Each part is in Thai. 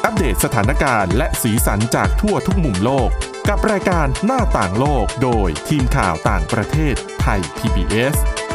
อัปเดตสถานการณ์และสีสันจากทั่วทุกมุมโลกกับรายการหน้าต่างโลกโดยทีมข่าวต่างประเทศไทย PBS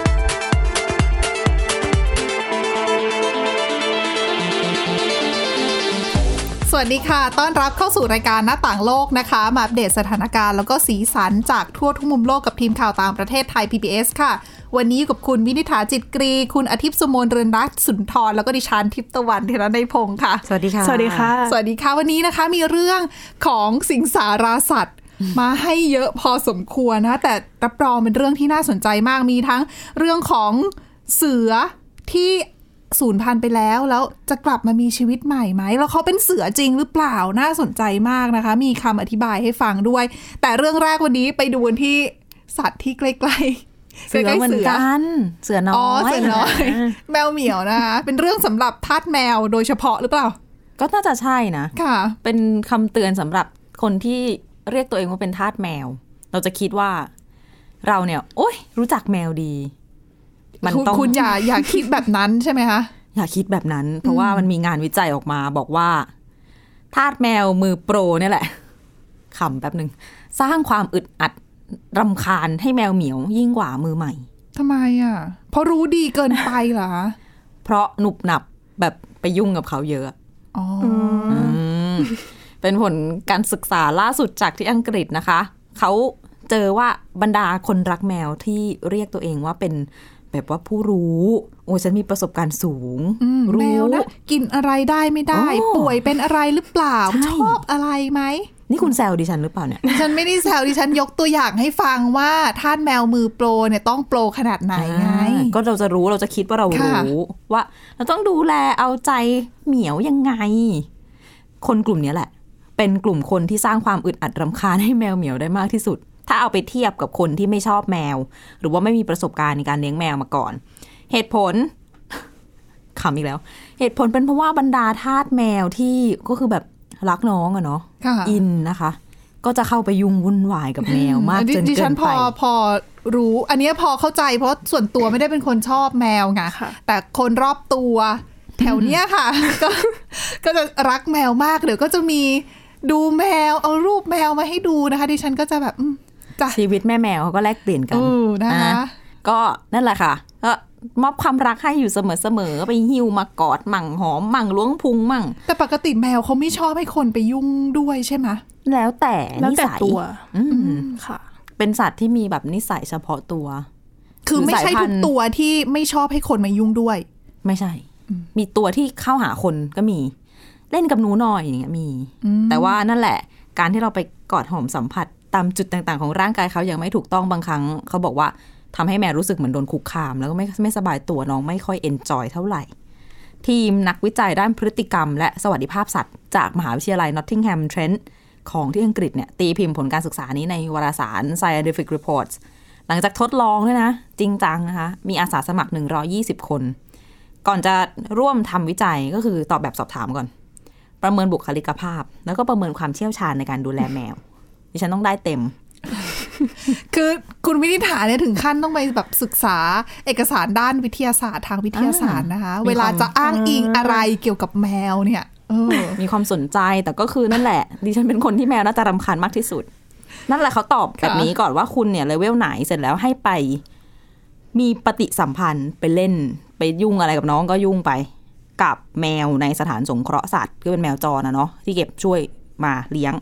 สวัสดีค่ะต้อนรับเข้าสู่รายการหน้าต่างโลกนะคะมาอัปเดตสถานการณ์แล้วก็สีสันจากทั่วทุกมุมโลกกับทีมข่าวต่างประเทศไทย PBS ค่ะวันนี้อยู่กับคุณวินิษฐาจิตกรีคุณอาทิตย์สุโมนเรือนรัตน์สุนทรแล้วก็ดิฉันทิพย์ตะวันเทระในพงค์ค่ะสวัสดีค่ะสวัสดีค่ะสวัสดีค่ะวันนี้นะคะมีเรื่องของสิงสาราสัตว์มาให้เยอะพอสมควรนะแต่รับรองเป็นเรื่องที่น่าสนใจมากมีทั้งเรื่องของเสือที่สูญพันธุ์ไปแล้วจะกลับมามีชีวิตใหม่ไหมแล้วเขาเป็นเสือจริงหรือเปล่าน่าสนใจมากนะคะมีคำอธิบายให้ฟังด้วยแต่เรื่องแรกวันนี้ไปดูที่สัตว์ที่ใกล้ๆเสือเหมือนกันเสือน้อยเสือน้อยแมวเหมียวนะคะเป็นเรื่องสำหรับทาสแมวโดยเฉพาะหรือเปล่าก็น่าจะใช่นะค่ะเป็นคำเตือนสำหรับคนที่เรียกตัวเองว่าเป็นทาสแมวเราจะคิดว่าเราเนี่ยโอ๊ยรู้จักแมวดีมันต้องคุณอย่าคิดแบบนั้นใช่ไหมคะอย่าคิดแบบนั้นเพราะว่ามันมีงานวิจัยออกมาบอกว่าทาสแมวมือโปรเนี่ยแหละขำแป๊บนึงสร้างความอึดอัดรำคาญให้แมวเหมียวยิ่งกว่ามือใหม่ทำไมอ่ะเพราะรู้ดีเกินไปเหรอเพราะหนุบหนับแบบไปยุ่งกับเขาเยอะอ๋อเป็นผลการศึกษาล่าสุดจากที่อังกฤษนะคะเขาเจอว่าบรรดาคนรักแมวที่เรียกตัวเองว่าเป็นแบบว่าผู้รู้โอ้ฉันมีประสบการณ์สูงแมวนะกินอะไรได้ไม่ได้ป่วยเป็นอะไรหรือเปล่าชอบอะไรไหมนี่คุณแซวดิฉันหรือเปล่าเนี่ยฉันไม่ได้แซวดิฉันยกตัวอย่างให้ฟังว่าทาสแมวมือโปรเนี่ยต้องโปรขนาดไหนไงก็เราจะรู้เราจะคิดว่าเรารู้ว่าเราต้องดูแลเอาใจเหมียวยังไงคนกลุ่มนี้แหละเป็นกลุ่มคนที่สร้างความอึดอัดรำคาญให้แมวเหมียวได้มากที่สุดถ้าเอาไปเทียบกับคนที่ไม่ชอบแมวหรือว่าไม่มีประสบการณ์ในการเลี้ยงแมวมาก่อนเหตุผลขำอีกแล้วเหตุผลเป็นเพราะว่าบรรดาทาสแมวที่ก็คือแบบรักน้องอะเนาะอินนะคะก็จะเข้าไปยุ่งวุ่นวายกับแมวมากจนเกินไปดิฉันพอรู้อันนี้พอเข้าใจเพราะส่วนตัวไม่ได้เป็นคนชอบแมวไงแต่คนรอบตัวแถวเนี้ยค่ะก็จะรักแมวมากเดี๋ยวก็จะมีดูแมวเอารูปแมวมาให้ดูนะคะดิฉันก็จะแบบชีวิตแม่แมวเขาก็แลกเปลี่ยนกันนะคะก็นั่นแหละค่ะก็มอบความรักให้อยู่เสมอไปหิ้วมากอดมั่งหอมมั่งล้วงพุงมั่งแต่ปกติแมวเขาไม่ชอบให้คนไปยุ่งด้วยใช่ไหมแล้วแต่นิสัยตัวค่ะเป็นสัตว์ที่มีแบบนิสัยเฉพาะตัวคือไม่ใช่ทุกตัวที่ไม่ชอบให้คนมายุ่งด้วยไม่ใช่มีตัวที่เข้าหาคนก็มีเล่นกับหนูหน่อยอย่างเงี้ยมีแต่ว่านั่นแหละการที่เราไปกอดหอมสัมผัสตามจุดต่างๆของร่างกายเขายังไม่ถูกต้องบางครั้งเขาบอกว่าทำให้แมวรู้สึกเหมือนโดนคุกคามแล้วก็ไม่สบายตัวน้องไม่ค่อยเอนจอยเท่าไหร่ทีมนักวิจัยด้านพฤติกรรมและสวัสดิภาพสัตว์จากมหาวิทยาลัย Nottingham Trent ของที่อังกฤษเนี่ยตีพิมพ์ผลการศึกษานี้ในวารสาร Scientific Reports หลังจากทดลองด้วยนะจริงจังนะคะมีอาสาสมัคร120คนก่อนจะร่วมทำวิจัยก็คือตอบแบบสอบถามก่อนประเมินบุคลิกภาพแล้วก็ประเมินความเชี่ยวชาญในการดูแลแมวดิฉันต้องได้เต็มคือคุณวินิษฐาเนี่ยถึงขั้นต้องไปแบบศึกษาเอกสารด้านวิทยาศาสตร์ทางวิทยาศาสตร์นะคะเวลาจะอ้างอิงอะไรเกี่ยวกับแมวเนี่ยมีความสนใจแต่ก็คือนั่นแหละดิฉันเป็นคนที่แมวน่าจะรำคาญมากที่สุดนั่นแหละเขาตอบแบบนี้ก่อนว่าคุณเนี่ยเลเวลไหนเสร็จแล้วให้ไปมีปฏิสัมพันธ์ไปเล่นไปยุ่งอะไรกับน้องก็ยุ่งไปกับแมวในสถานสงเคราะห์สัตว์ก็เป็นแมวจรนะเนาะที่เก็บช่วยมาเลี้ยง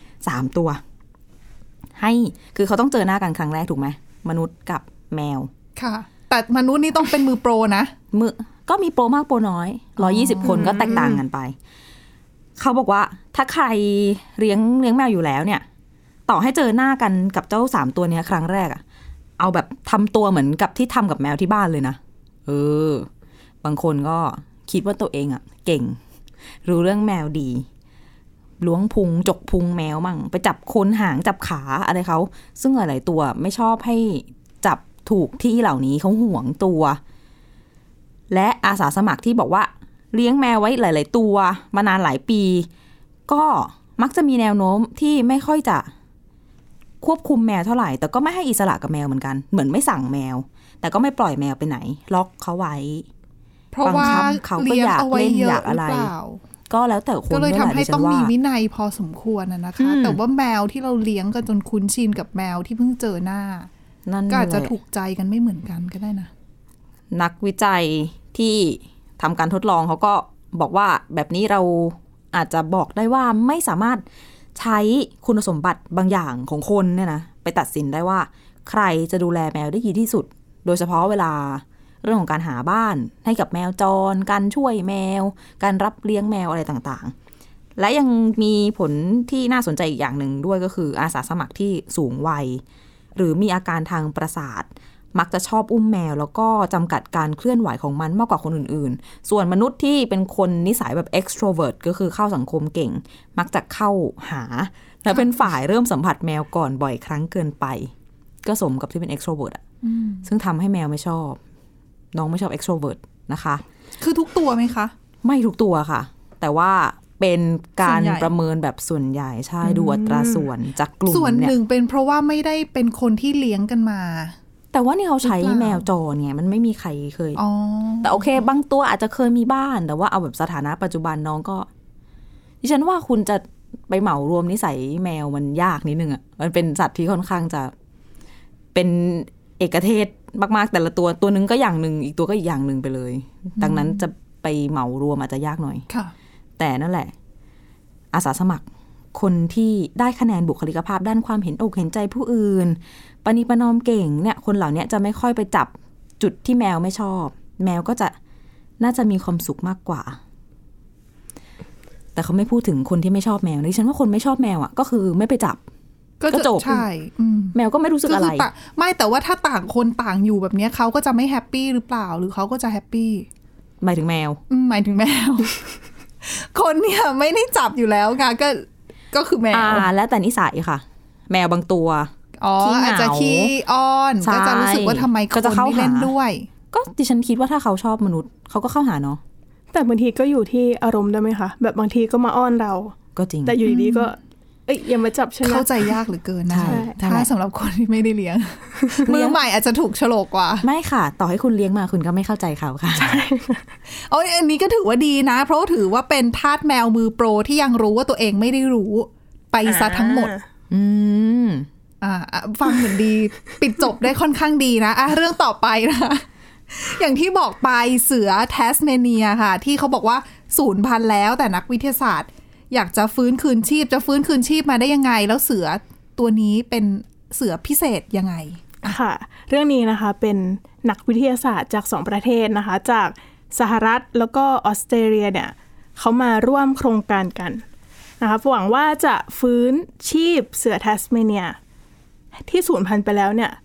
3ตัวให้คือเขาต้องเจอหน้ากันครั้งแรกถูกไหมมนุษย์กับแมวค่ะแต่มนุษย์นี่ต้องเป็นมือโปรนะมือก็มีโปรมากโปรน้อย120คนก็แตกต่างกันไปเขาบอกว่าถ้าใครเลี้ยงแมวอยู่แล้วเนี่ยต่อให้เจอหน้ากันกับเจ้า3ตัวเนี้ยครั้งแรกอะเอาแบบทำตัวเหมือนกับที่ทำกับแมวที่บ้านเลยนะบางคนก็คิดว่าตัวเองอะเก่งรู้เรื่องแมวดีล้วงพุงจกพุงแมวมั่งไปจับโคนหางจับขาอะไรเขาซึ่งหลายๆตัวไม่ชอบให้จับถูกที่เหล่านี้เขาห่วงตัวและอาสาสมัครที่บอกว่าเลี้ยงแมวไว้หลายๆตัวมานานหลายปีก็มักจะมีแนวโน้มที่ไม่ค่อยจะควบคุมแมวเท่าไหร่แต่ก็ไม่ให้อิสระกับแมวเหมือนกันเหมือนไม่สั่งแมวแต่ก็ไม่ปล่อยแมวไปไหนล็อกเขาไว้เพราะว่าเขาก็อยากเล่นอยากอะไรก็แล้วแต่คนก็เลยทำให้ต้องมีวินัยนัยพอสมควรนะคะแต่ว่าแมวที่เราเลี้ยงกันจนคุ้นชินกับแมวที่เพิ่งเจอหน้าก็อาจจะถูกใจกันไม่เหมือนกันก็ได้นะนักวิจัยที่ทำการทดลองเขาก็บอกว่าแบบนี้เราอาจจะบอกได้ว่าไม่สามารถใช้คุณสมบัติบางอย่างของคนเนี่ยนะไปตัดสินได้ว่าใครจะดูแลแมวได้ดีที่สุดโดยเฉพาะเวลาเรื่องของการหาบ้านให้กับแมวจรการช่วยแมวการรับเลี้ยงแมวอะไรต่างๆและยังมีผลที่น่าสนใจอีกอย่างหนึ่งด้วยก็คืออาสาสมัครที่สูงวัยหรือมีอาการทางประสาทมักจะชอบอุ้มแมวแล้วก็จำกัดการเคลื่อนไหวของมันมากกว่าคนอื่นๆส่วนมนุษย์ที่เป็นคนนิสัยแบบ extrovert ก็คือเข้าสังคมเก่งมักจะเข้าหาและเป็นฝ่ายเริ่มสัมผัสแมวก่อนบ่อยครั้งเกินไปก็สมกับที่เป็น extrovert อ่ะซึ่งทำให้แมวไม่ชอบน้องไม่ชอบ extrovert นะคะคือทุกตัวไหมคะไม่ทุกตัวค่ะแต่ว่าเป็นการประเมินแบบส่วนใหญ่ใช่ดูอัตราส่วนจากกลุ่มส่วนหนึ่งเป็นเพราะว่าไม่ได้เป็นคนที่เลี้ยงกันมาแต่ว่านี่เขาใช้แมวจรไงมันไม่มีใครเคยแต่โอเคบางตัวอาจจะเคยมีบ้านแต่ว่าเอาแบบสถานะปัจจุบันน้องก็ดิฉันว่าคุณจะไปเหมารวมนิสัยแมวมันยากนิดนึงอ่ะมันเป็นสัตว์ที่ค่อนข้างจะเป็นเอกเทศมากๆแต่ละตัวนึงก็อย่างนึงอีกตัวก็อีกอย่างนึงไปเลยดังนั้นจะไปเหมารวมอาจจะยากหน่อยแต่นั่นแหละอาสาสมัครคนที่ได้คะแนนบุคลิกภาพด้านความเห็นอกเห็นใจผู้อื่นปณิประนอมเก่งเนี่ยคนเหล่านี้จะไม่ค่อยไปจับจุดที่แมวไม่ชอบแมวก็จะน่าจะมีความสุขมากกว่าแต่เขาไม่พูดถึงคนที่ไม่ชอบแมวดิฉันว่าคนไม่ชอบแมวอ่ะก็คือไม่ไปจับก็จบใช่แมวก็ไม่รู้สึกอะไรไม่แต่ว่าถ้าต่างคนต่างอยู่แบบนี้เขาก็จะไม่แฮปปี้หรือเปล่าหรือเขาก็จะแฮปปี้หมายถึงแมวหมายถึงแมว คนเนี่ยไม่ได้จับอยู่แล้วค่ะก็คือแมวแล้วแต่นิสัยค่ะแมวบางตัวอาจจะขี้อ้อนก็จะรู้สึกว่าทำไมคนไม่เล่นด้วยก็ดิฉันคิดว่าถ้าเขาชอบมนุษย์เขาก็เข้าหาเนาะแต่บางทีก็อยู่ที่อารมณ์ด้วยไหมคะแบบบางทีก็มาอ้อนเราก็จริงแต่อยู่ดีๆก็อย่ามาจับฉันเข้าใจยากเหลือเกินนะถ้าสำหรับคนที่ไม่ได้เลี้ยงมือใหม่อาจจะถูกโฉลกกว่าไม่ค่ะต่อให้คุณเลี้ยงมาคุณก็ไม่เข้าใจเขาค่ะอันนี้ก็ถือว่าดีนะเพราะถือว่าเป็นทาสแมวมือโปรที่ยังรู้ว่าตัวเองไม่ได้รู้ไปซะทั้งหมดฟังเหมือนดีปิดจบได้ค่อนข้างดีนะเรื่องต่อไปนะอย่างที่บอกไปเสือแทสเมเนียค่ะที่เขาบอกว่าสูญพันธุ์แล้วแต่นักวิทยาศาสตร์อยากจะฟื้นคืนชีพจะฟื้นคืนชีพมาได้ยังไงแล้วเสือตัวนี้เป็นเสือพิเศษยังไงค่ะเรื่องนี้นะคะเป็นนักวิทยาศาสตร์จาก2ประเทศนะคะจากสหรัฐแล้วก็ออสเตรเลียเนี่ยเขามาร่วมโครงการกันนะคะหวังว่าจะฟื้นชีพเสือแทสเมเนียที่สูญพันธุ์ไปแล้วเนี่ย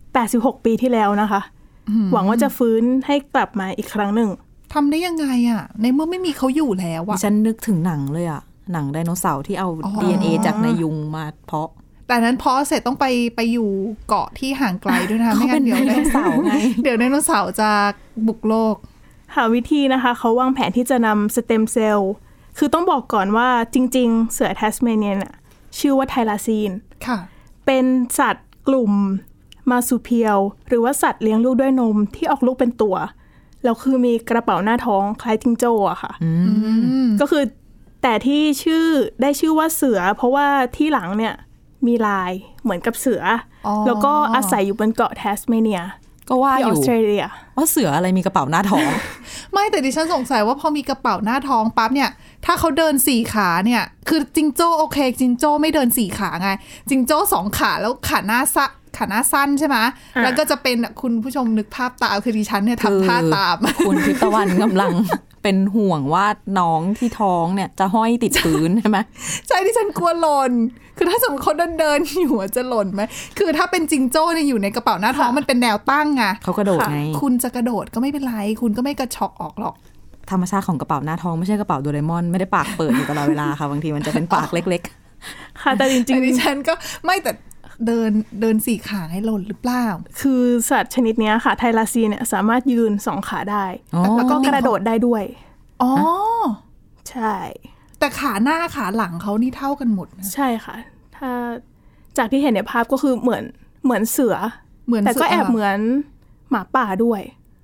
86ปีที่แล้วนะคะหวังว่าจะฟื้นให้กลับมาอีกครั้งหนึ่งทำได้ยังไงอ่ะในเมื่อไม่มีเขาอยู่แล้วอ่ะฉันนึกถึงหนังเลยอ่ะหนังไดโนเสาร์ที่เอา DNA จากในยุงมาเพาะแต่นั้นเพาะเสร็จต้องไปอยู่เกาะที่ห่างไกลด้วยนะไม่งั้นเดี๋ยวไดโนเสาร์ไงเดี๋ยวไดโนเสาร์จะบุกโลกหาวิธีนะคะเขาวางแผนที่จะนำสเต็มเซลล์คือต้องบอกก่อนว่าจริงๆเสือแทสเมเนียน่ะชื่อว่าไทลาซีนค่ะเป็นสัตว์กลุ่มมาซูเพียวหรือว่าสัตว์เลี้ยงลูกด้วยนมที่ออกลูกเป็นตัวแล้วคือมีกระเป๋าหน้าท้องคล้ายจิงโจ้อะค่ะก็คือแต่ที่ได้ชื่อว่าเสือเพราะว่าที่หลังเนี่ยมีลายเหมือนกับเสือแล้วก็อาศัยอยู่บนเกาะแทสเมเนียก็ว่าอยู่ออสเตรเลียว่าเสืออะไรมีกระเป๋าหน้าท้องไม่แต่ดิฉันสงสัยว่าพอมีกระเป๋าหน้าท้องปั๊บเนี่ยถ้าเขาเดิน4ขาเนี่ยคือจิงโจ้โอเคจิงโจ้ไม่เดิน4ขาไงจิงโจ้2ขาแล้วขาหน้าสั้นใช่ไหมแล้วก็จะเป็นคุณผู้ชมนึกภาพตามคือดิฉันเนี่ยทำท่าตามคุณทิพย์ตะวันกำลังเป็นห่วงว่าน้องที่ท้องเนี่ยจะห้อยติดพื้นใช่ไหมใช่ดิฉันกลัวหล่นคือถ้าสมมติเขาเดินอยู่จะหล่นไหมคือถ้าเป็นจิงโจ้เนี่ยอยู่ในกระเป๋าหน้าท้องมันเป็นแนวตั้งไงเขากระโดดไงคุณจะกระโดดก็ไม่เป็นไรคุณก็ไม่กระชอกออกหรอกธรรมชาติของกระเป๋าหน้าท้องไม่ใช่กระเป๋าโดเรมอนไม่ได้ปากเปิดอยู่ตลอดเวลาค่ะบางทีมันจะเป็นปากเล็กๆค่ะแต่จริงๆดิฉันก็ไม่แต่เดิน4ขาให้หล่นหรือเปล่าคือสัตว์ชนิดนี้ค่ะไทลาซีเนี่ยสามารถยืน2ขาได้แล้วก็กระโดดได้ด้วยอ๋อใช่แต่ขาหน้าขาหลังเขานี่เท่ากันหมดนะใช่ค่ะถ้าจากที่เห็นในภาพก็คือเหมือนเสือแต่ก็แอบเหมือนหมาป่าด้วย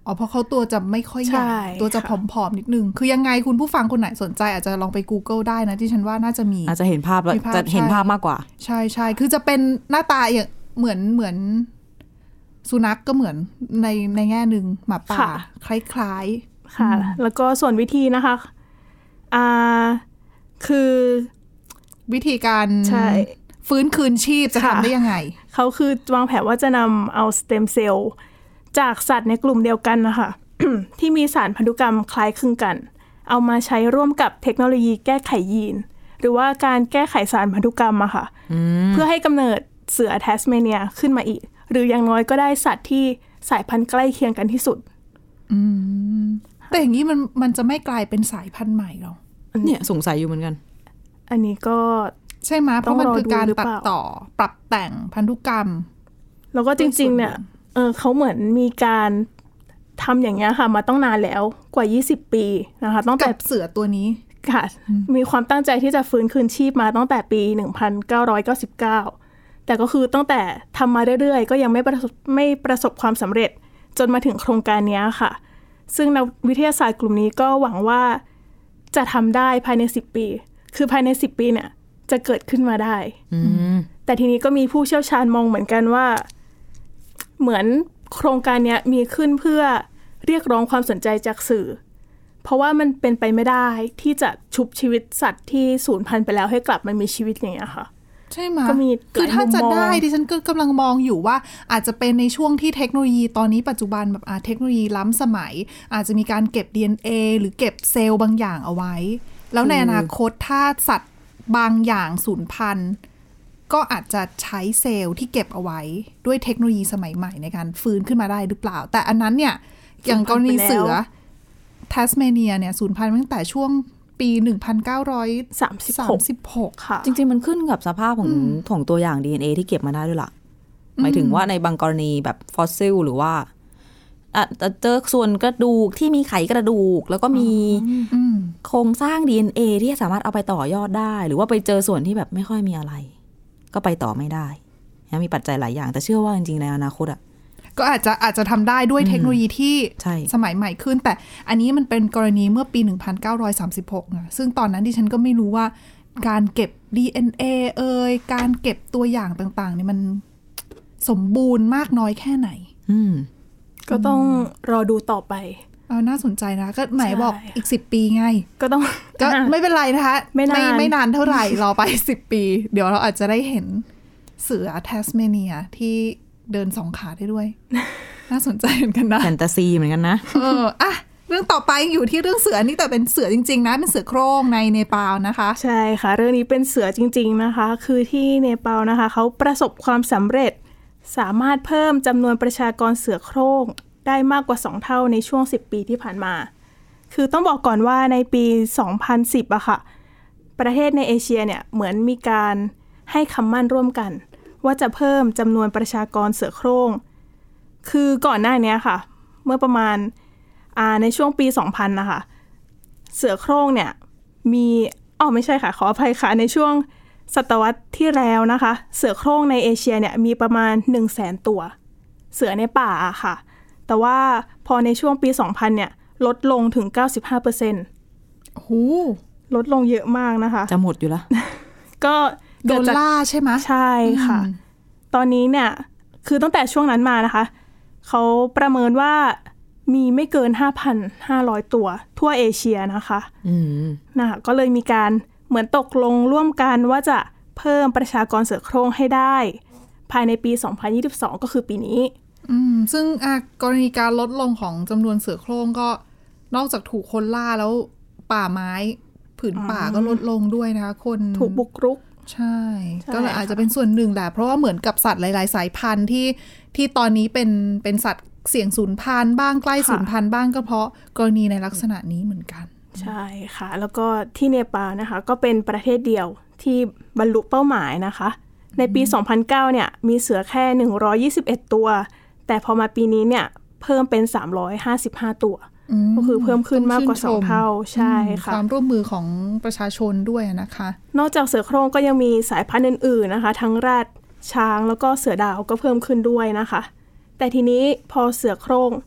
เพราะเขาตัวจะไม่ค่อยใหญ่ตัวจะผอมๆนิดนึงคือยังไงคุณผู้ฟังคนไหนสนใจอาจจะลองไป Google ได้นะที่ฉันว่าน่าจะมีอาจจะเห็นภาพแล้วจะเห็นภาพมากกว่าใช่ๆคือจะเป็นหน้าตาอย่างเหมือนสุนัขก็เหมือนในแง่นึงหมาป่าคล้ายๆค่ะแล้วก็ส่วนวิธีนะคะคือวิธีการฟื้นคืนชีพจะทำได้ยังไงเขาคือวางแผนว่าจะนำเอาสเต็มเซลล์จากสัตว์ในกลุ่มเดียวกันนะคะ ที่มีสารพันธุกรรมคล้ายคลึงกันเอามาใช้ร่วมกับเทคโนโลยีแก้ไขยีนหรือว่าการแก้ไขสารพันธุกรรมอะค่ะเพื่อให้กำเนิดเสือแทสเมเนียขึ้นมาอีกหรืออย่างน้อยก็ได้สัตว์ที่สายพันธุ์ใกล้เคียงกันที่สุดแต่อย่างนี้มันจะไม่กลายเป็นสายพันธุ์ใหม่หรอเนี่ยสงสัยอยู่เหมือนกันอันนี้ก็ใช่ไหมเพราะมันคือการตัดต่อปรับแต่งพันธุกรรมแล้วก็จริงๆเนี่ยเขาเหมือนมีการทำอย่างเงี้ยค่ะมาต้องนานแล้วกว่า20ปีนะคะตั้งแต่เสือตัวนี้ค่ะมีความตั้งใจที่จะฟื้นคืนชีพมาตั้งแต่ปี1999แต่ก็คือตั้งแต่ทำมาเรื่อยๆก็ยังไม่ประสบความสำเร็จจนมาถึงโครงการนี้ค่ะซึ่งนักวิทยาศาสตร์กลุ่มนี้ก็หวังว่าจะทำได้ภายใน10ปีคือภายใน10ปีเนี่ยจะเกิดขึ้นมาได้แต่ทีนี้ก็มีผู้เชี่ยวชาญมองเหมือนกันว่าเหมือนโครงการนี้มีขึ้นเพื่อเรียกร้องความสนใจจากสื่อเพราะว่ามันเป็นไปไม่ได้ที่จะชุบชีวิตสัตว์ที่สูญพันธุ์ไปแล้วให้กลับมามีชีวิตอย่างเงี้ยค่ะใช่ไหมคือถ้าจะได้ดิฉันก็กำลังมองอยู่ว่าอาจจะเป็นในช่วงที่เทคโนโลยีตอนนี้ปัจจุบันแบบเทคโนโลยีล้ำสมัยอาจจะมีการเก็บ DNA หรือเก็บเซลล์บางอย่างเอาไว้แล้วในอนาคตถ้าสัตว์บางอย่างสูญพันธุ์ก็อาจจะใช้เซลล์ที่เก็บเอาไว้ด้วยเทคโนโลยีสมัยใหม่ในการฟื้นขึ้นมาได้หรือเปล่าแต่อันนั้นเนี่ยอย่างกรณีเสือแทสเมเนียเนี่ยสูญพันธุ์ตั้งแต่ช่วงปี1936 ค่ะจริงๆมันขึ้นกับสภาพของตัวอย่าง DNA ที่เก็บมาได้ด้วยล่ะหมายถึงว่าในบางกรณีแบบฟอสซิลหรือว่าเจอส่วนกระดูกที่มีไขกระดูกแล้วก็มีโครงสร้าง DNA ที่สามารถเอาไปต่อยอดได้หรือว่าไปเจอส่วนที่แบบไม่ค่อยมีอะไรก็ไปต่อไม่ได้มีปัจจัยหลายอย่างแต่เชื่อว่าจริงๆในอนาคตก็อาจจะทำได้ด้วยเทคโนโลยีที่สมัยใหม่ขึ้นแต่อันนี้มันเป็นกรณีเมื่อปี1936นะซึ่งตอนนั้นดิฉันก็ไม่รู้ว่าการเก็บ DNA การเก็บตัวอย่างต่างๆนี่มันสมบูรณ์มากน้อยแค่ไหนก็ต้องรอดูต่อไปน่าสนใจนะก็ไหนบอกอีก10ปีไงก็ต้องก็ไม่เป็นไรนะคะไม่นานเท่าไหร่รอไป10ปีเดี๋ยวเราอาจจะได้เห็นเสือแทสเมเนียที่เดิน2ขาได้ด้วย น่าสนใจเหมือนกันนะแฟนตาซีเหมือนกันนะเรื่องต่อไปอยู่ที่เรื่องเสือนี่แต่เป็นเสือจริงๆนะเป็นเสือโคร่งในเนปาลนะคะใช่ค่ะเรื่องนี้เป็นเสือจริงๆนะคะคือที่เนปาลนะคะเขาประสบความสำเร็จสามารถเพิ่มจำนวนประชากรเสือโคร่งได้มากกว่า2เท่าในช่วง10ปีที่ผ่านมาคือต้องบอกก่อนว่าในปี2010อะค่ะประเทศในเอเชียเนี่ยเหมือนมีการให้คำมั่นร่วมกันว่าจะเพิ่มจำนวนประชากรเสือโคร่งคือก่อนหน้านี้ค่ะเมื่อประมาณในช่วงปี2000นะคะเสือโคร่งเนี่ยมีไม่ใช่ค่ะขออภัยค่ะในช่วงศตวรรษที่แล้วนะคะเสือโคร่งในเอเชียเนี่ยมีประมาณ 100,000 ตัวเสือในป่าค่ะแต่ว่าพอในช่วงปี2000เนี่ยลดลงถึง 95% โอ้โหลดลงเยอะมากนะคะจะหมดอยู่แล้วก็โดนล่าใช่ไหมใช่ค่ะตอนนี้เนี่ยคือตั้งแต่ช่วงนั้นมานะคะเขาประเมินว่ามีไม่เกิน 5,500 ตัวทั่วเอเชียนะคะนะคะก็เลยมีการเหมือนตกลงร่วมกันว่าจะเพิ่มประชากรเสือโคร่งให้ได้ภายในปี2022ก็คือปีนี้ซึ่งกรณีการลดลงของจำนวนเสือโคร่งก็นอกจากถูกคนล่าแล้วป่าไม้ผืนป่าก็ลดลงด้วยนะคะคนถูกบุกรุกใช่ก็เลยอาจจะเป็นส่วนหนึ่งแหละเพราะว่าเหมือนกับสัตว์หลายๆสายพันธุ์ที่ตอนนี้เป็นสัตว์เสี่ยงสูญพันธุ์บ้างใกล้สูญพันธุ์บ้างก็เพราะกรณีในลักษณะนี้เหมือนกันใช่ค่ะแล้วก็ที่เนปาลนะคะก็เป็นประเทศเดียวที่บรรลุเป้าหมายนะคะในปี2009เนี่ยมีเสือแค่121ตัวแต่พอมาปีนี้เนี่ยเพิ่มเป็น355ตัวก็คือเพิ่มขึ้นมากกว่า2เท่าใช่ค่ะความร่วมมือของประชาชนด้วยนะคะนอกจากเสือโคร่งก็ยังมีสายพันธุ์อื่นๆนะคะทั้งแรดช้างแล้วก็เสือดาวก็เพิ่มขึ้นด้วยนะคะแต่ทีนี้พอเสือโคร่ง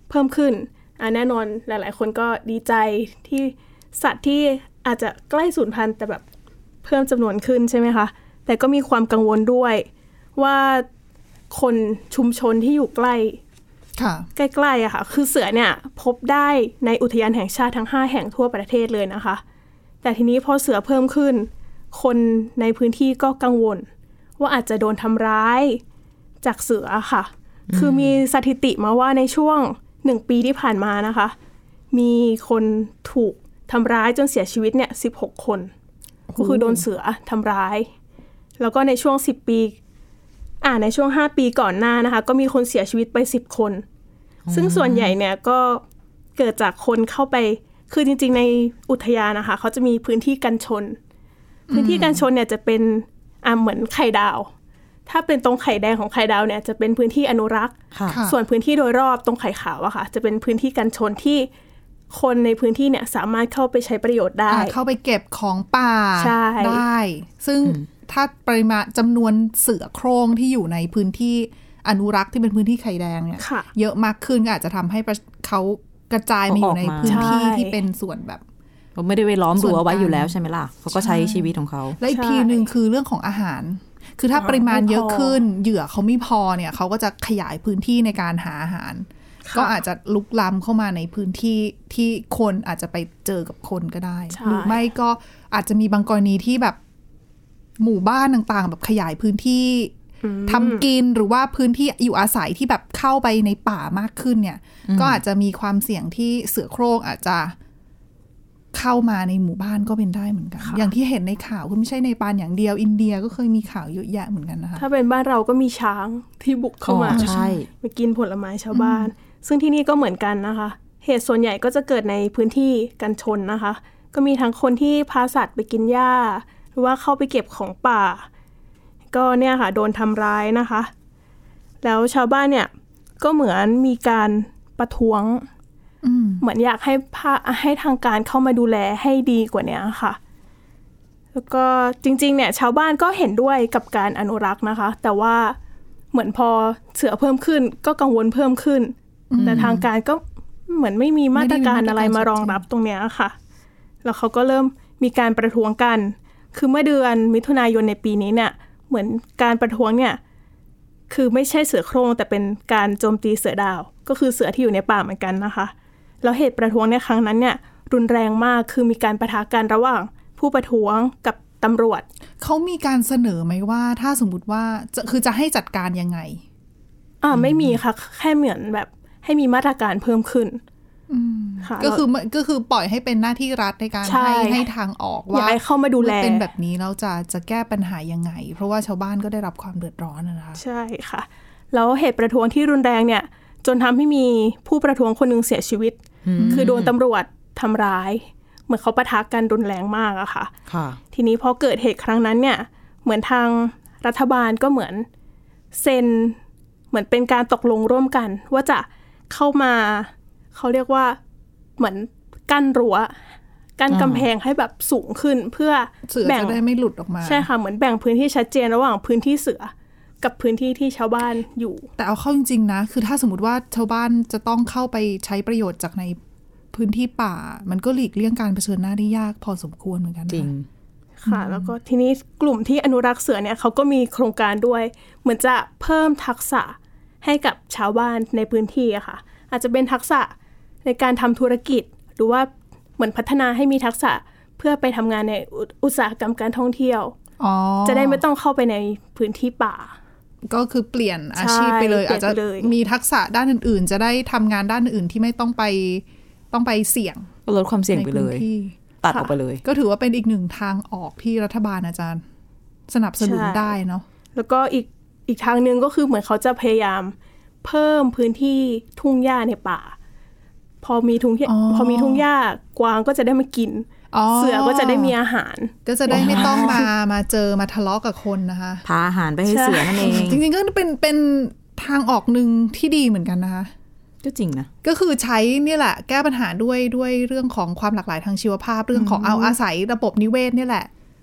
เพิ่มขึ้นแน่นอนหลายๆคนก็ดีใจที่สัตว์ที่อาจจะใกล้สูญพันธุ์แต่แบบเพิ่มจำนวนขึ้นใช่ไหมคะแต่ก็มีความกังวลด้วยว่าคนชุมชนที่อยู่ใกล้ใกล้ๆอะค่ะคือเสือเนี่ยพบได้ในอุทยานแห่งชาติทั้ง5แห่งทั่วประเทศเลยนะคะแต่ทีนี้พอเสือเพิ่มขึ้นคนในพื้นที่ก็กังวลว่าอาจจะโดนทำร้ายจากเสือค่ะคือมีสถิติมาว่าในช่วง1 ปีที่ผ่านมานะคะมีคนถูกทำร้ายจนเสียชีวิตเนี่ย16 คนก็คือโดนเสือทำร้ายแล้วก็ในช่วง10 ปีในช่วง5 ปีก่อนหน้านะคะก็มีคนเสียชีวิตไป10 คนซึ่งส่วนใหญ่เนี่ยก็เกิดจากคนเข้าไปคือจริงๆในอุทยานนะคะเขาจะมีพื้นที่กันชนพื้นที่กันชนเนี่ยจะเป็นเหมือนไข่ดาวถ้าเป็นตรงไข่แดงของไข่ดาวเนี่ยจะเป็นพื้นที่อนุรักษ์ส่วนพื้นที่โดยรอบตรงไข่ขาวอะค่ะจะเป็นพื้นที่กันชนที่คนในพื้นที่เนี่ยสามารถเข้าไปใช้ประโยชน์ได้เข้าไปเก็บของป่าได้ซึ่งถ้าปริมาณจำนวนเสือโคร่งที่อยู่ในพื้นที่อนุรักษ์ที่เป็นพื้นที่ไข่แดงเนี่ยเยอะมากขึ้นก็อาจจะทำให้เขากระจายมาอยู่ในพื้นที่ที่เป็นส่วนแบบเขาไม่ได้ไปล้อมรั้วไว้อยู่แล้วใช่ไหมล่ะเขาก็ใช้ชีวิตของเขาและอีกทีนึงคือเรื่องของอาหารคือถ้าปริมาณเยอะขึ้นเหยื่อเขาไม่พอเนี่ยเขาก็จะขยายพื้นที่ในการหาอาหารก็อาจจะลุกล้ำเข้ามาในพื้นที่ที่คนอาจจะไปเจอกับคนก็ได้หรือไม่ก็อาจจะมีบางกรณีที่แบบหมู่บ้านต่างๆแบบขยายพื้นที่ทำกินหรือว่าพื้นที่อยู่อาศัยที่แบบเข้าไปในป่ามากขึ้นเนี่ยก็อาจจะมีความเสี่ยงที่เสือโคร่งอาจจะเข้ามาในหมู่บ้านก็เป็นได้เหมือนกันอย่างที่เห็นในข่าวคือไม่ใช่ในปานอย่างเดียวอินเดียก็เคยมีข่าวเยอะแยะเหมือนกันนะคะถ้าเป็นบ้านเราก็มีช้างที่บุกเข้ามาไปกินผลไม้ชาวบ้านซึ่งที่นี่ก็เหมือนกันนะคะเหตุส่วนใหญ่ก็จะเกิดในพื้นที่กันชนนะคะก็มีทั้งคนที่พาสัตว์ไปกินหญ้าหรือว่าเข้าไปเก็บของป่าก็เนี่ยค่ะโดนทำร้ายนะคะแล้วชาวบ้านเนี่ยก็เหมือนมีการประท้วงเหมือนอยากให้ทางการเข้ามาดูแลให้ดีกว่านี้ค่ะแล้วก็จริงๆเนี่ยชาวบ้านก็เห็นด้วยกับการอนุรักษ์นะคะแต่ว่าเหมือนพอเสือเพิ่มขึ้นก็กังวลเพิ่มขึ้นแต่ทางการก็เหมือนไม่มีมาตรการอะไรมารองรับตรงนี้ค่ะแล้วเขาก็เริ่มมีการประท้วงกันคือเมื่อเดือนมิถุนายนในปีนี้เนี่ยเหมือนการประท้วงเนี่ยคือไม่ใช่เสือโคร่งแต่เป็นการโจมตีเสือดาวก็คือเสือที่อยู่ในป่าเหมือนกันนะคะแล้วเหตุประท้วงในครั้งนั้นเนี่ยรุนแรงมากคือมีการปะทะกันระหว่างผู้ประท้วงกับตำรวจเขามีการเสนอไหมว่าถ้าสมมุติว่าคือจะให้จัดการยังไงไม่มีค่ะแค่เหมือนแบบให้มีมาตรการเพิ่มขึ้นก็คือปล่อยให้เป็นหน้าที่รัฐในการให้ทางออกว่าเข้ามาดูแลเป็นแบบนี้เราจะแก้ปัญหายังไงเพราะว่าชาวบ้านก็ได้รับความเดือดร้อนนะคะใช่ค่ะแล้วเหตุประท้วงที่รุนแรงเนี่ยจนทำให้มีผู้ประท้วงคนนึงเสียชีวิตคือโดนตำรวจทำร้ายเหมือนเขาปะทะกันรุนแรงมากอะค่ะทีนี้พอเกิดเหตุครั้งนั้นเนี่ยเหมือนทางรัฐบาลก็เหมือนเซ็นเหมือนเป็นการตกลงร่วมกันว่าจะเข้ามาเขาเรียกว่าเหมือนกั้นรั้วกั้นกำแพงให้แบบสูงขึ้นเพื่อแบ่งจะได้ไม่หลุดออกมาใช่ค่ะเหมือนแบ่งพื้นที่ชัดเจนระหว่างพื้นที่เสือกับพื้นที่ที่ชาวบ้านอยู่แต่เอาเข้าจริงๆนะคือถ้าสมมติว่าชาวบ้านจะต้องเข้าไปใช้ประโยชน์จากในพื้นที่ป่ามันก็หลีกเลี่ยงการเผชิญหน้าได้ยากพอสมควรเหมือนกันจริงค่ะแล้วก็ทีนี้กลุ่มที่อนุรักษ์เสือเนี่ยเขาก็มีโครงการด้วยเหมือนจะเพิ่มทักษะให้กับชาวบ้านในพื้นที่อะค่ะอาจจะเป็นทักษะในการทำธุรกิจหรือว่าเหมือนพัฒนาให้มีทักษะเพื่อไปทำงานในอุตสาหกรรมการท่องเที่ยวจะได้ไม่ต้องเข้าไปในพื้นที่ป่าก็คือเปลี่ยนอาชีพไปเลยอาจจะมีทักษะด้านอื่นๆจะได้ทำงานด้านอื่นที่ไม่ต้องไปเสี่ยงลดความเสี่ยงไปเลยตัดออกไปเลยก็ถือว่าเป็นอีกหนึ่งทางออกที่รัฐบาลอาจารย์สนับสนุนได้เนาะแล้วก็อีกทางนึงก็คือเหมือนเขาจะพยายามเพิ่มพื้นที่ทุ่งหญ้าในป่าพอมีทุ่งหญ้ากวางก็จะได้มากินเสือก็จะได้มีอาหารก็จะได้ไม่ต้องมาเจอมาทะเลาะกับคนนะคะพาอาหารไปให้เสือนั่นเองจริงๆก็เป็นทางออกนึงที่ดีเหมือนกันนะคะก็จริงนะก็คือใช้นี่แหละแก้ปัญหาด้วยเรื่องของความหลากหลายทางชีวภาพเรื่องของเอาอาศัยระบบนิเวศนี่แหละ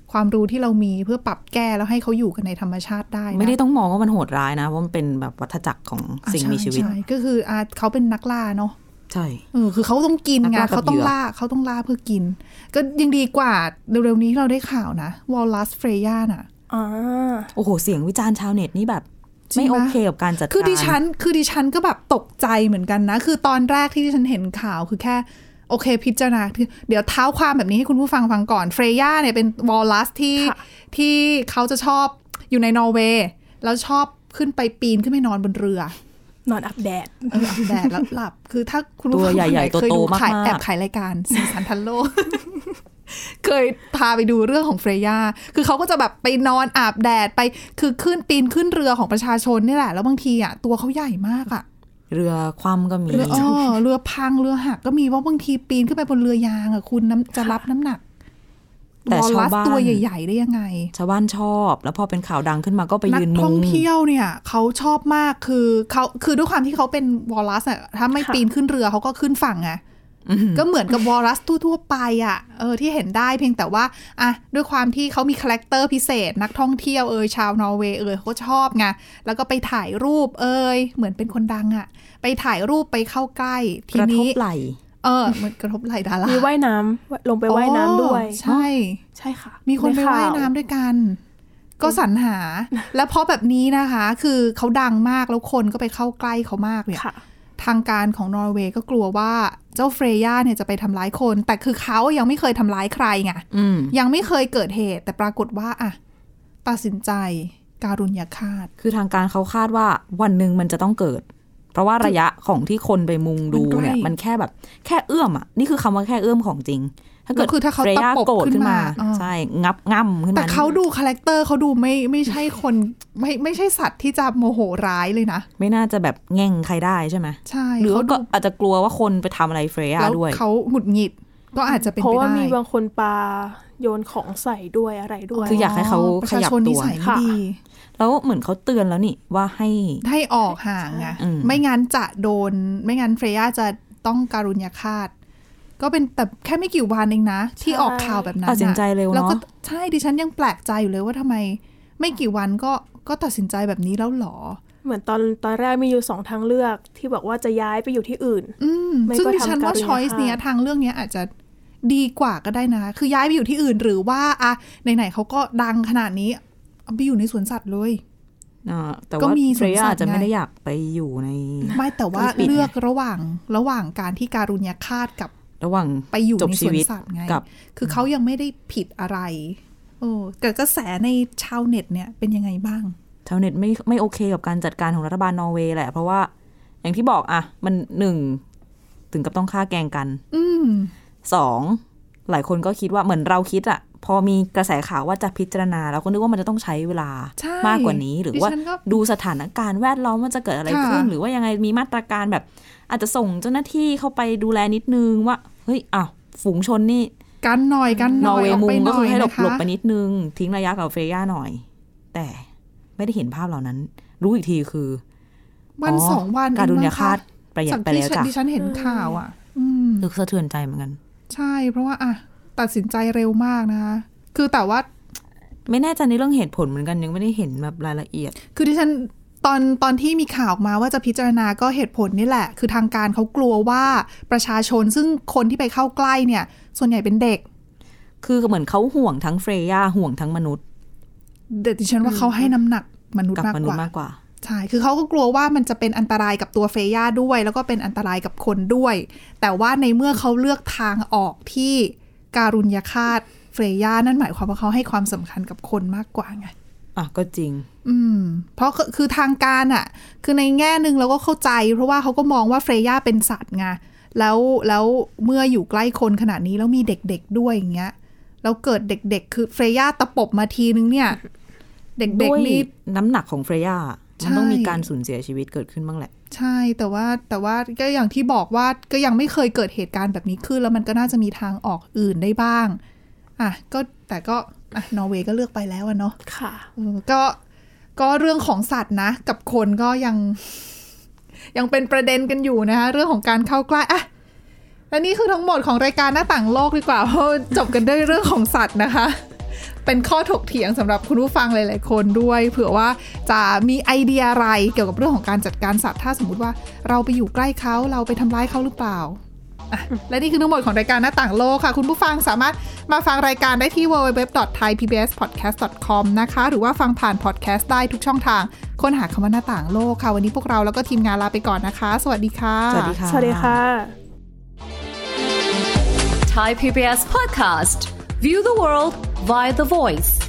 ความรู้ที่เรามีเพื่อปรับแก้แล้วให้เขาอยู่กันในธรรมชาติได้นะไม่ได้ต้องมองว่ามันโหดร้ายนะเพราะมันเป็นแบบวัฏจักรของสิ่งมีชีวิตใช่ก็คือเขาเป็นนักล่าเนาะใช่คือเขาต้องกินไงเขาต้องล่าเพื่อกินก็ยังดีกว่าเร็วๆนี้เราได้ข่าวนะวอลลัสเฟรย่าน่ะโอ้โหเสียงวิจารณ์ชาวเน็ตนี่แบบไม่โอเคกับการจัดการคือดิฉันก็แบบตกใจเหมือนกันนะคือตอนแรกที่ดิฉันเห็นข่าวคือแค่โอเคพิจารณาเดี๋ยวเท้าความแบบนี้ให้คุณผู้ฟังฟังก่อนเฟรย่าเนี่ยเป็นวอลลัสที่เขาจะชอบอยู่ในนอร์เวย์แล้วชอบขึ้นไปปีนขึ้นไปนอนบนเรือนอนอาบแดดอาบแดดแล้วหลับคือถ้าคุณผู้ฟังเคยดูแอบขายรายการสีสันทันโลกเคยพาไปดูเรื่องของเฟรย่าคือเขาก็จะแบบไปนอนอาบแดดไปคือปีนขึ้นเรือของประชาชนนี่แหละแล้วบางทีตัวเขาใหญ่มากเรือคว่ำก็มีเรือพังเรือหักก็มีว่าบางทีปีนขึ้นไปบนเรือยางคุณจะรับน้ำหนักแต่ชาวบ้านตัวใหญ่ๆได้ยังไงชาวบ้านชอบแล้วพอเป็นข่าวดังขึ้นมาก็ไปยืนมุงนักท่องเที่ยวเนี่ยเขาชอบมากคือด้วยความที่เขาเป็นวอลลัสถ้าไม่ปีนขึ้นเรือเขาก็ขึ้นฝั่งไงก็เหมือนกับวอลลัสทั่วๆไปที่เห็นได้เพียงแต่ว่าด้วยความที่เขามีคาแรคเตอร์พิเศษนักท่องเที่ยวชาวนอร์เวย์เขาชอบไงแล้วก็ไปถ่ายรูปเหมือนเป็นคนดังไปถ่ายรูปไปเข้าใกล้ทีนี้กระทบไหล่มันกระทบไหล่ดารามีว่ายน้ำลงไปว่ายน้ำด้วยใช่ค่ะมีคนไปว่ายน้ำด้วยกันก็สรรหาแล้วเพราะแบบนี้นะคะคือเขาดังมากแล้วคนก็ไปเข้าใกล้เขามากเนี่ยทางการของนอร์เวย์ก็กลัวว่าเจ้าเฟรย่าเนี่ยจะไปทำร้ายคนแต่คือเขายังไม่เคยทำร้ายใครไงยังไม่เคยเกิดเหตุแต่ปรากฏว่าตัดสินใจการุญยฆาตคือทางการเขาคาดว่าวันหนึ่งมันจะต้องเกิดเพราะว่าระยะของที่คนไปมุงดูเนี่ยมันแค่แบบแค่เอื้อมนี่คือคำว่าแค่เอื้อมของจริงถ้าเกิดเฟรย่าโกรธขึ้นมาใช่ง่ำขึ้นมาแต่เขาดูคาแรคเตอร์เขาดูไม่ใช่คนไม่ใช่สัตว์ที่จะโมโหร้ายเลยนะไม่น่าจะแบบแง่งใครได้ใช่ไหมใช่หรือก็อาจจะกลัวว่าคนไปทำอะไรเฟรย่าด้วยเขาหงุดหงิดก็อาจจะเป็นไปได้เพราะว่ามีบางคนปาโยนของใส่ด้วยอะไรด้วยคืออยากให้เขาขยับตัวแล้วเหมือนเขาเตือนแล้วนี่ว่าให้ออกห่างไงไม่งั้นจะโดนไม่งั้นเฟรย่าจะต้องการุญยฆาตก็เป็นแต่แค่ไม่กี่วันเองนะที่ออกข่าวแบบนั้นตัดสินใจเร็วเนาะแล้วก็ใช่ดิฉันยังแปลกใจอยู่เลยว่าทำไมไม่กี่วันก็ตัดสินใจแบบนี้แล้วหรอเหมือนตอนแรกมีอยู่2ทางเลือกที่บอกว่าจะย้ายไปอยู่ที่อื่นซึ่งดิฉันว่าช้อยส์เนี้ยทางเรื่องนี้อาจจะดีกว่าก็ได้นะคือย้ายไปอยู่ที่อื่นหรือว่าไหนๆเขาก็ดังขนาดนี้เอาไปอยู่ในสวนสัตว์เลยแต่ว่าเฟรย่าอาจจะไม่ได้อยากไปอยู่ในไม่แต่ว่าเลือกระหว่างการที่การุญยฆาตกับระหว่างไปอยู่ในสวนสัตว์ไงคือเขายังไม่ได้ผิดอะไรแต่กระแสในชาวเน็ตเนี่ยเป็นยังไงบ้างชาวเน็ตไม่โอเคกับการจัดการของรัฐบาลนอร์เวย์แหละเพราะว่าอย่างที่บอกมัน1ถึงกับต้องฆ่าแกล้งกัน2หลายคนก็คิดว่าเหมือนเราคิดพอมีกระแสข่าวว่าจะพิจารณาแล้วก็นึกว่ามันจะต้องใช้เวลามากกว่านี้หรือว่าดูสถานการณ์แวดล้อมว่าจะเกิดอะไรขึ้นหรือว่ายังไงมีมาตรการแบบอาจจะส่งเจ้าหน้าที่เข้าไปดูแลนิดนึงว่าเฮ้ยฝูงชนนี่กันหน่อยนอร์เวย์มุงก็คือให้หลบไปนิดนึงทิ้งระยะกับเฟรย่าหน่อยแต่ไม่ได้เห็นภาพเหล่านั้นรู้อีกทีคือวัน2 วันการุญยฆาตประหยัดไปแล้วจ้ะดิฉันเห็นข่าวลึกสะเทือนใจเหมือนกันใช่เพราะว่าตัดสินใจเร็วมากนะคะคือแต่ว่าไม่แน่ใจในเรื่องเหตุผลเหมือนกันยังไม่ได้เห็นแบบรายละเอียดคือดิฉันตอนที่มีข่าวออกมาว่าจะพิจารณาก็เหตุผลนี่แหละคือทางการเขากลัวว่าประชาชนซึ่งคนที่ไปเข้าใกล้เนี่ยส่วนใหญ่เป็นเด็กคือเหมือนเขาห่วงทั้งเฟรย่าห่วงทั้งมนุษย์แต่ดิฉันว่าเขาให้น้ำหนักมนุษย์มากกว่าใช่คือเขาก็กลัวว่ามันจะเป็นอันตรายกับตัวเฟรย่าด้วยแล้วก็เป็นอันตรายกับคนด้วยแต่ว่าในเมื่อเขาเลือกทางออกที่การุญยฆาตเฟรย่านั่นหมายความว่าเขาให้ความสำคัญกับคนมากกว่าไงก็จริงเพราะคือทางการคือในแง่นึงเราก็เข้าใจเพราะว่าเขาก็มองว่าเฟรย่าเป็นสัตว์ไงแล้วเมื่ออยู่ใกล้คนขนาดนี้แล้วมีเด็กๆด้วยอย่างเงี้ยแล้วเกิดเด็กๆคือเฟรย่าตะปบมาทีนึงเนี่ยเด็กๆนี่น้ำหนักของเฟรย่ามันต้องมีการสูญเสียชีวิตเกิดขึ้นบ้างแหละใช่แต่ว่าก็อย่างที่บอกว่าก็ยังไม่เคยเกิดเหตุการณ์แบบนี้ขึ้นแล้วมันก็น่าจะมีทางออกอื่นได้บ้างก็แต่ก็นอร์เวย์ก็เลือกไปแล้วเนาะค่ะก็เรื่องของสัตว์นะกับคนก็ยังเป็นประเด็นกันอยู่นะคะเรื่องของการเข้าใกล้และนี่คือทั้งหมดของรายการหน้าต่างโลกดีกว่าเพราะจบกันด้วยเรื่องของสัตว์นะคะเป็นข้อถกเถียงสำหรับคุณผู้ฟังหลายๆคนด้วยเผื่อว่าจะมีไอเดียอะไรเกี่ยวกับเรื่องของการจัดการสัตว์ถ้าสมมุติว่าเราไปอยู่ใกล้เขาเราไปทำร้ายเขาหรือเปล่าและนี่คือทั้งหมดของรายการหน้าต่างโลกค่ะคุณผู้ฟังสามารถมาฟังรายการได้ที่ www.thaipbspodcast.com นะคะหรือว่าฟังผ่านพอดแคสต์ได้ทุกช่องทางค้นหาคำว่าหน้าต่างโลกค่ะวันนี้พวกเราแล้วก็ทีมงานลาไปก่อนนะคะสวัสดีค่ะสวัสดีค่ะสวัสดีค่ะ Thai PBS podcast. View the world via The Voice